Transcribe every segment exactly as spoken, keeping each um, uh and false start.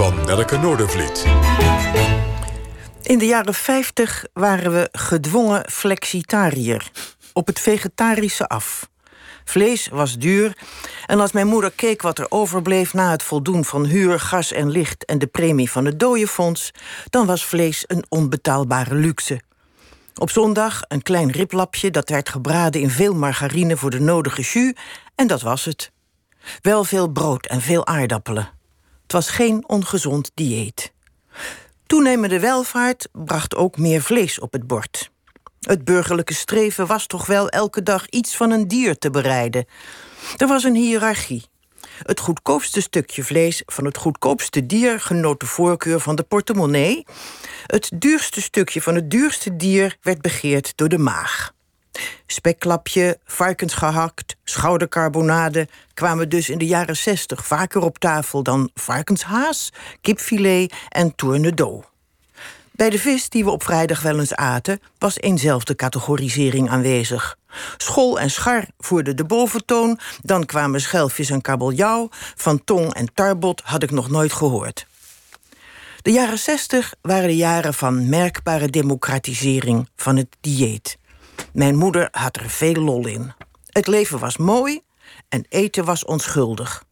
van Nelke Noordervliet. In de jaren vijftig waren we gedwongen flexitariër. Op het vegetarische af. Vlees was duur. En als mijn moeder keek wat er overbleef na het voldoen van huur, gas en licht en de premie van het dooienfonds, dan was vlees een onbetaalbare luxe. Op zondag een klein riplapje dat werd gebraden in veel margarine voor de nodige jus. En dat was het. Wel veel brood en veel aardappelen. Het was geen ongezond dieet. Toenemende welvaart bracht ook meer vlees op het bord. Het burgerlijke streven was toch wel elke dag iets van een dier te bereiden. Er was een hiërarchie. Het goedkoopste stukje vlees van het goedkoopste dier genoot de voorkeur van de portemonnee. Het duurste stukje van het duurste dier werd begeerd door de maag. Spekklapje, varkensgehakt, schoudercarbonade kwamen dus in de jaren zestig vaker op tafel dan varkenshaas, kipfilet en tourne-dos. Bij de vis die we op vrijdag wel eens aten, was eenzelfde categorisering aanwezig. Schol en schar voerden de boventoon, dan kwamen schelfjes en kabeljauw. Van tong en tarbot had ik nog nooit gehoord. De jaren zestig waren de jaren van merkbare democratisering van het dieet. Mijn moeder had er veel lol in. Het leven was mooi en eten was onschuldig.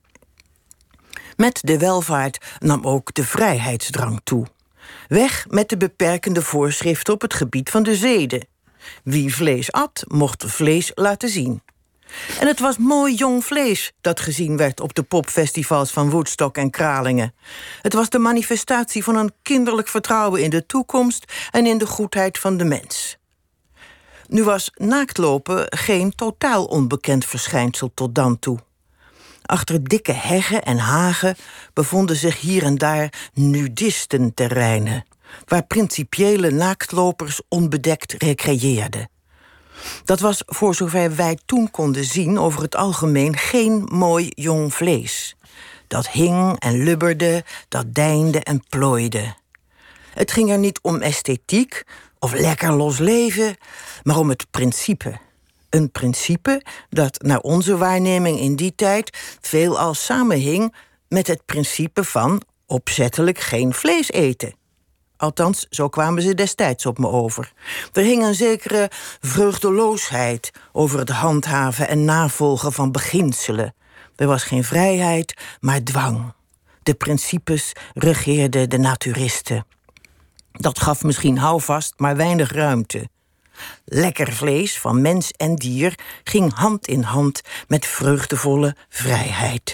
Met de welvaart nam ook de vrijheidsdrang toe. Weg met de beperkende voorschriften op het gebied van de zeden. Wie vlees at, mocht vlees laten zien. En het was mooi jong vlees dat gezien werd op de popfestivals van Woodstock en Kralingen. Het was de manifestatie van een kinderlijk vertrouwen in de toekomst en in de goedheid van de mens. Nu was naaktlopen geen totaal onbekend verschijnsel tot dan toe. Achter dikke heggen en hagen bevonden zich hier en daar nudistenterreinen, waar principiële naaktlopers onbedekt recreëerden. Dat was, voor zover wij toen konden zien, over het algemeen geen mooi jong vlees. Dat hing en lubberde, dat deinde en plooide. Het ging er niet om esthetiek of lekker los leven, maar om het principe. Een principe dat naar onze waarneming in die tijd veelal samenhing met het principe van opzettelijk geen vlees eten. Althans, zo kwamen ze destijds op me over. Er hing een zekere vreugdeloosheid over het handhaven en navolgen van beginselen. Er was geen vrijheid, maar dwang. De principes regeerden de naturisten. Dat gaf misschien houvast, maar weinig ruimte. Lekker vlees van mens en dier ging hand in hand met vreugdevolle vrijheid.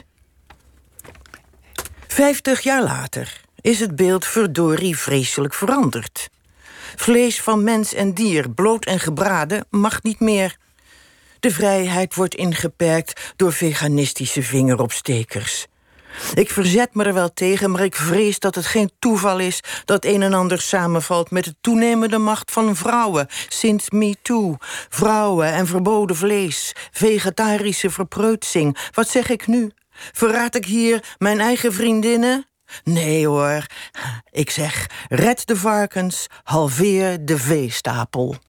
Vijftig jaar later is het beeld verdorie vreselijk veranderd. Vlees van mens en dier, bloot en gebraden, mag niet meer. De vrijheid wordt ingeperkt door veganistische vingeropstekers. Ik verzet me er wel tegen, maar ik vrees dat het geen toeval is dat een en ander samenvalt met de toenemende macht van vrouwen sinds MeToo. Vrouwen en verboden vlees, vegetarische verpreutsing. Wat zeg ik nu? Verraad ik hier mijn eigen vriendinnen? Nee hoor, ik zeg, red de varkens, halveer de veestapel.